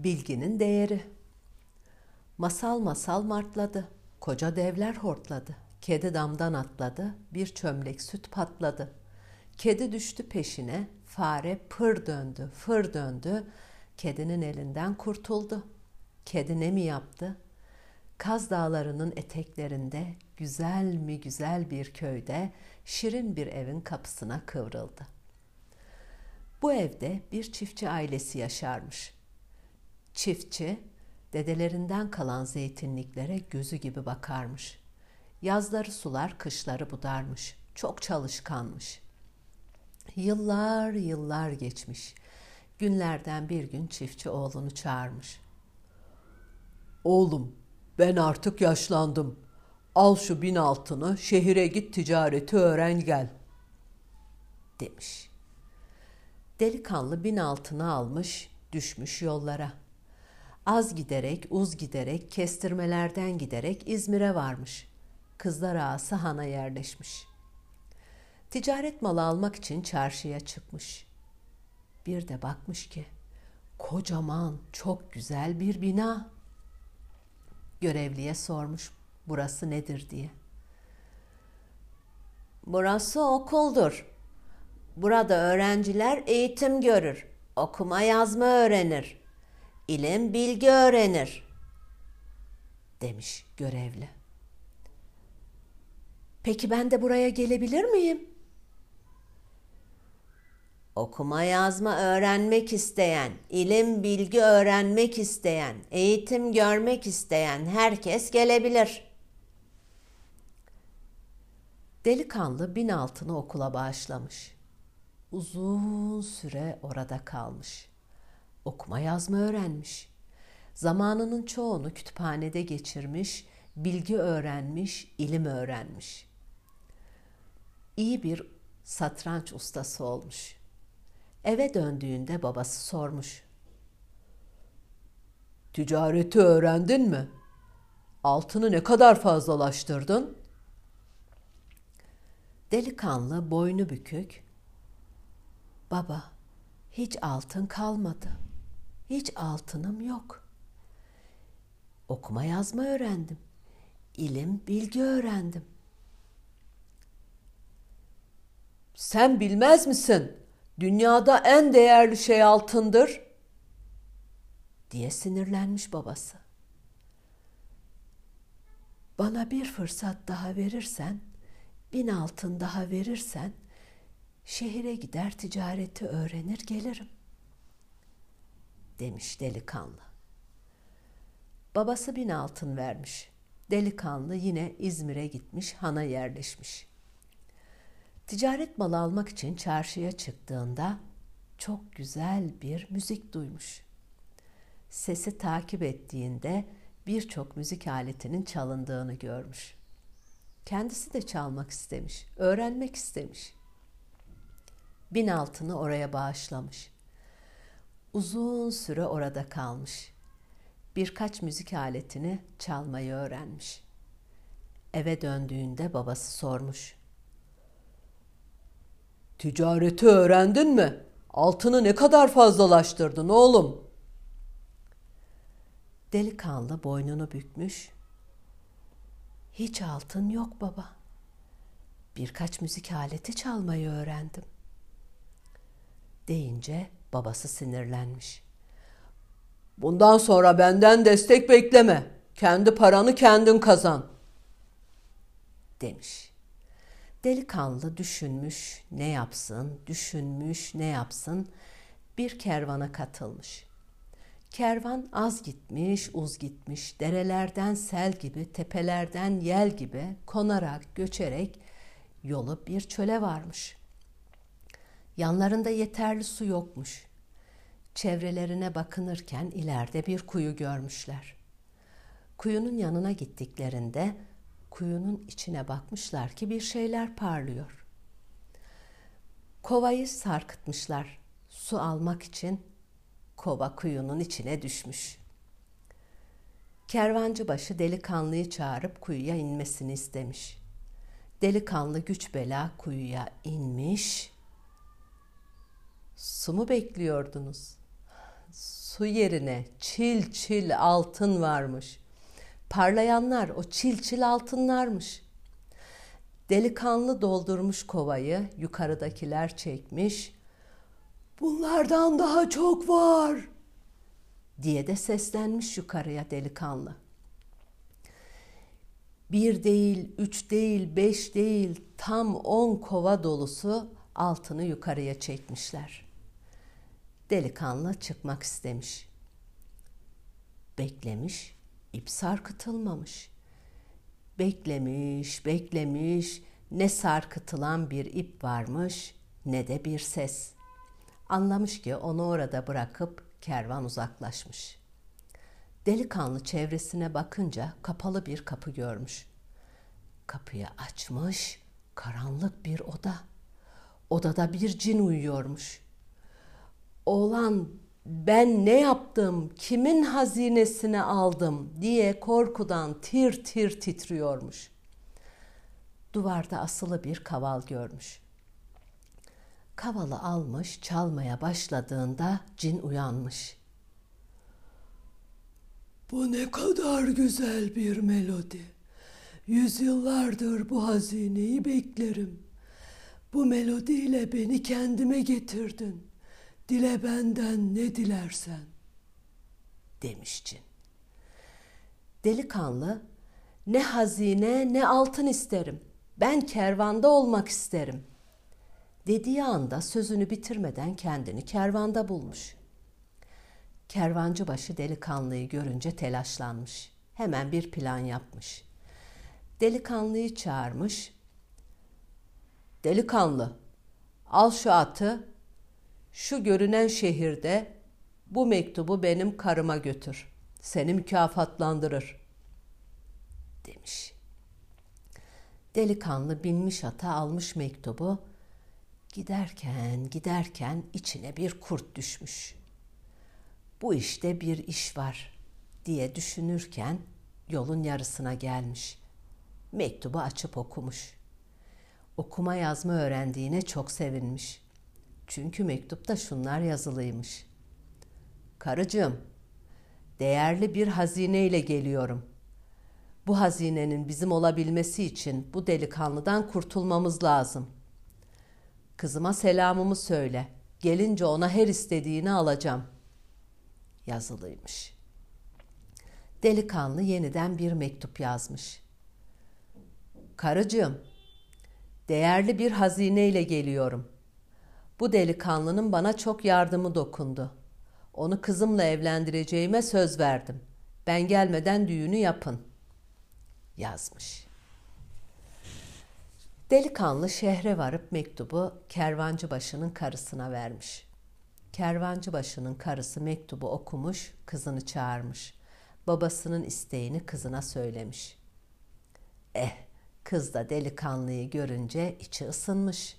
Bilginin değeri. Masal masal martladı. Koca devler hortladı. Kedi damdan atladı. Bir çömlek süt patladı. Kedi düştü peşine. Fare pır döndü, fır döndü. Kedinin elinden kurtuldu. Kedi ne mi yaptı? Kaz Dağları'nın eteklerinde güzel mi güzel bir köyde şirin bir evin kapısına kıvrıldı. Bu evde bir çiftçi ailesi yaşarmış. Çiftçi, dedelerinden kalan zeytinliklere gözü gibi bakarmış. Yazları sular, kışları budarmış. Çok çalışkanmış. Yıllar yıllar geçmiş. Günlerden bir gün çiftçi oğlunu çağırmış. "Oğlum, ben artık yaşlandım. Al şu 1000 altını, şehire git ticareti öğren gel," demiş. Delikanlı 1000 altını almış, düşmüş yollara. Az giderek, uz giderek, kestirmelerden giderek İzmir'e varmış. Kızlar Ağası Han'a yerleşmiş. Ticaret malı almak için çarşıya çıkmış. Bir de bakmış ki kocaman, çok güzel bir bina. Görevliye sormuş, burası nedir diye. "Burası okuldur. Burada öğrenciler eğitim görür, okuma yazma öğrenir, ilim bilgi öğrenir," demiş görevli. "Peki ben de buraya gelebilir miyim?" "Okuma yazma öğrenmek isteyen, ilim bilgi öğrenmek isteyen, eğitim görmek isteyen herkes gelebilir." Delikanlı 1000 altını okula bağışlamış. Uzun süre orada kalmış. Okuma yazma öğrenmiş. Zamanının çoğunu kütüphanede geçirmiş, bilgi öğrenmiş, ilim öğrenmiş. İyi bir satranç ustası olmuş. Eve döndüğünde babası sormuş. "Ticareti öğrendin mi? Altını ne kadar fazlalaştırdın?" Delikanlı boynu bükük, "Baba, hiç altın kalmadı. Hiç altınım yok. Okuma yazma öğrendim. İlim, bilgi öğrendim." "Sen bilmez misin? Dünyada en değerli şey altındır," diye sinirlenmiş babası. "Bana bir fırsat daha verirsen, 1000 altın daha verirsen, şehire gider ticareti öğrenir gelirim," demiş delikanlı. Babası 1000 altın vermiş. Delikanlı yine İzmir'e gitmiş, Han'a yerleşmiş. Ticaret malı almak için çarşıya çıktığında çok güzel bir müzik duymuş. Sesi takip ettiğinde birçok müzik aletinin çalındığını görmüş. Kendisi de çalmak istemiş, öğrenmek istemiş. 1000 altını oraya bağışlamış. Uzun süre orada kalmış. Birkaç müzik aletini çalmayı öğrenmiş. Eve döndüğünde babası sormuş. "Ticareti öğrendin mi? Altını ne kadar fazlalaştırdın oğlum?" Delikanlı boynunu bükmüş. "Hiç altın yok baba. Birkaç müzik aleti çalmayı öğrendim," deyince babası sinirlenmiş. "Bundan sonra benden destek bekleme. Kendi paranı kendin kazan," demiş. Delikanlı düşünmüş ne yapsın, düşünmüş ne yapsın, bir kervana katılmış. Kervan az gitmiş, uz gitmiş, derelerden sel gibi, tepelerden yel gibi konarak, göçerek yolu bir çöle varmış. Yanlarında yeterli su yokmuş. Çevrelerine bakınırken ileride bir kuyu görmüşler. Kuyunun yanına gittiklerinde kuyunun içine bakmışlar ki bir şeyler parlıyor. Kovayı sarkıtmışlar. Su almak için kova kuyunun içine düşmüş. Kervancıbaşı delikanlıyı çağırıp kuyuya inmesini istemiş. Delikanlı güç bela kuyuya inmiş. "Su mu bekliyordunuz? Su su yerine çil çil altın varmış. Parlayanlar o çil çil altınlarmış. Delikanlı doldurmuş kovayı, yukarıdakiler çekmiş. "Bunlardan daha çok var," diye de seslenmiş yukarıya delikanlı. 1 değil, 3 değil, 5 değil, tam 10 kova dolusu altını yukarıya çekmişler. Delikanlı çıkmak istemiş. Beklemiş, ip sarkıtılmamış. Beklemiş, beklemiş, ne sarkıtılan bir ip varmış, ne de bir ses. Anlamış ki onu orada bırakıp kervan uzaklaşmış. Delikanlı çevresine bakınca kapalı bir kapı görmüş. Kapıyı açmış, karanlık bir oda. Odada bir cin uyuyormuş. Oğlan, "Ben ne yaptım, kimin hazinesini aldım?" diye korkudan tir tir titriyormuş. Duvarda asılı bir kaval görmüş. Kavalı almış, çalmaya başladığında cin uyanmış. "Bu ne kadar güzel bir melodi. Yüzyıllardır bu hazineyi beklerim. Bu melodiyle beni kendime getirdin. Dile benden ne dilersen," demiş cin. Delikanlı, "Ne hazine ne altın isterim. Ben kervanda olmak isterim," dediği anda sözünü bitirmeden kendini kervanda bulmuş. Kervancıbaşı delikanlıyı görünce telaşlanmış. Hemen bir plan yapmış. Delikanlıyı çağırmış. "Delikanlı, al şu atı, şu görünen şehirde bu mektubu benim karıma götür. Seni mükafatlandırır," demiş. Delikanlı binmiş ata, almış mektubu. Giderken içine bir kurt düşmüş. Bu işte bir iş var diye düşünürken yolun yarısına gelmiş. Mektubu açıp okumuş. Okuma yazma öğrendiğine çok sevinmiş. Çünkü mektupta şunlar yazılıymış. "Karıcığım, değerli bir hazineyle geliyorum. Bu hazinenin bizim olabilmesi için bu delikanlıdan kurtulmamız lazım. Kızıma selamımı söyle. Gelince ona her istediğini alacağım," yazılıymış. Delikanlı yeniden bir mektup yazmış. "Karıcığım, değerli bir hazineyle geliyorum. Bu delikanlının bana çok yardımı dokundu. Onu kızımla evlendireceğime söz verdim. Ben gelmeden düğünü yapın," yazmış. Delikanlı şehre varıp mektubu kervancıbaşının karısına vermiş. Kervancıbaşının karısı mektubu okumuş, kızını çağırmış. Babasının isteğini kızına söylemiş. Kız da delikanlıyı görünce içi ısınmış.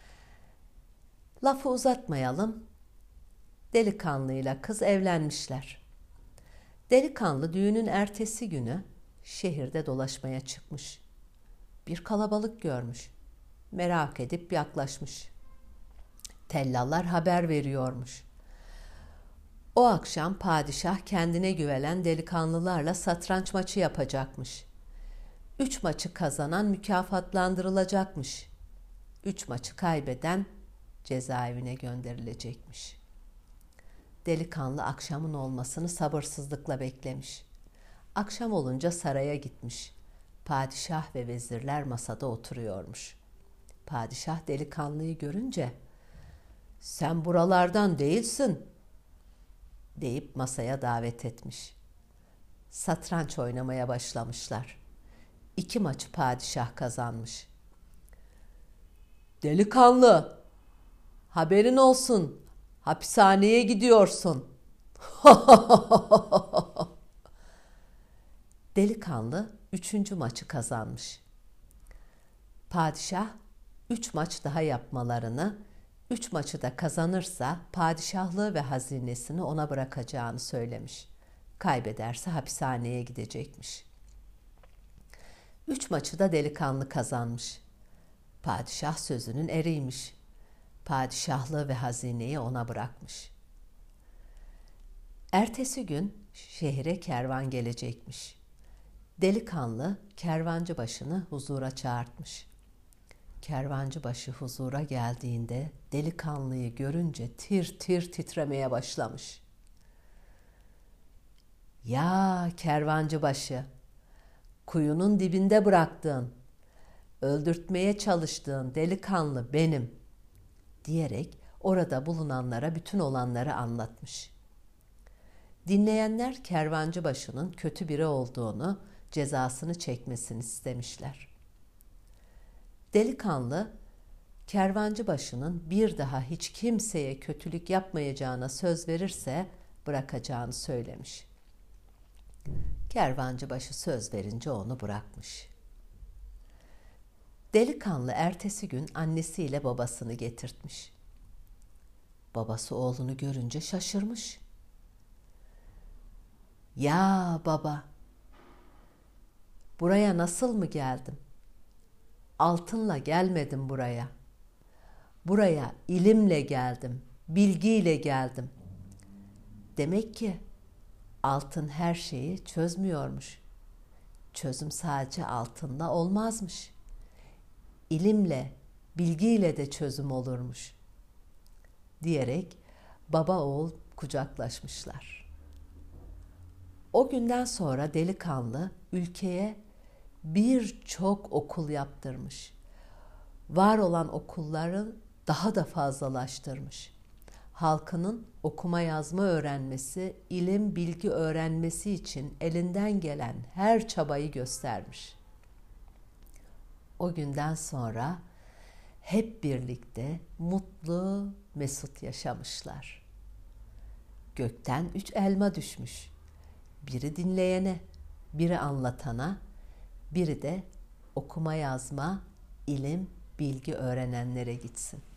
Lafı uzatmayalım. Delikanlıyla kız evlenmişler. Delikanlı düğünün ertesi günü şehirde dolaşmaya çıkmış. Bir kalabalık görmüş. Merak edip yaklaşmış. Tellallar haber veriyormuş. O akşam padişah kendine güvenen delikanlılarla satranç maçı yapacakmış. 3 maçı kazanan mükafatlandırılacakmış. 3 maçı kaybeden cezaevine gönderilecekmiş. Delikanlı akşamın olmasını sabırsızlıkla beklemiş. Akşam olunca saraya gitmiş. Padişah ve vezirler masada oturuyormuş. Padişah delikanlıyı görünce "Sen buralardan değilsin," deyip masaya davet etmiş. Satranç oynamaya başlamışlar. 2 maçı padişah kazanmış. "Delikanlı, haberin olsun, hapishaneye gidiyorsun." Delikanlı 3. maçı kazanmış. Padişah 3 maç daha yapmalarını, 3 maçı da kazanırsa padişahlığı ve hazinesini ona bırakacağını söylemiş. Kaybederse hapishaneye gidecekmiş. 3 maçı da delikanlı kazanmış. Padişah sözünün eriymiş. Padişahlığı ve hazineyi ona bırakmış. Ertesi gün şehre kervan gelecekmiş. Delikanlı kervancı başını huzura çağırtmış. Kervancı başı huzura geldiğinde delikanlıyı görünce tir tir titremeye başlamış. "Ya kervancı başı, kuyunun dibinde bıraktığın, öldürtmeye çalıştığın delikanlı benim," diyerek orada bulunanlara bütün olanları anlatmış. Dinleyenler kervancı başının kötü biri olduğunu, cezasını çekmesini istemişler. Delikanlı, kervancı başının bir daha hiç kimseye kötülük yapmayacağına söz verirse bırakacağını söylemiş. Kervancı başı söz verince onu bırakmış. Delikanlı ertesi gün annesiyle babasını getirtmiş. Babası oğlunu görünce şaşırmış. "Ya baba, buraya nasıl mı geldim? Altınla gelmedim buraya. Buraya ilimle geldim, bilgiyle geldim. Demek ki altın her şeyi çözmüyormuş. Çözüm sadece altınla olmazmış. İlimle, bilgiyle de çözüm olurmuş," diyerek baba oğul kucaklaşmışlar. O günden sonra delikanlı ülkeye birçok okul yaptırmış. Var olan okulları daha da fazlalaştırmış. Halkının okuma yazma öğrenmesi, ilim bilgi öğrenmesi için elinden gelen her çabayı göstermiş. O günden sonra hep birlikte mutlu, mesut yaşamışlar. Gökten 3 elma düşmüş. Biri dinleyene, biri anlatana, biri de okuma yazma, ilim, bilgi öğrenenlere gitsin.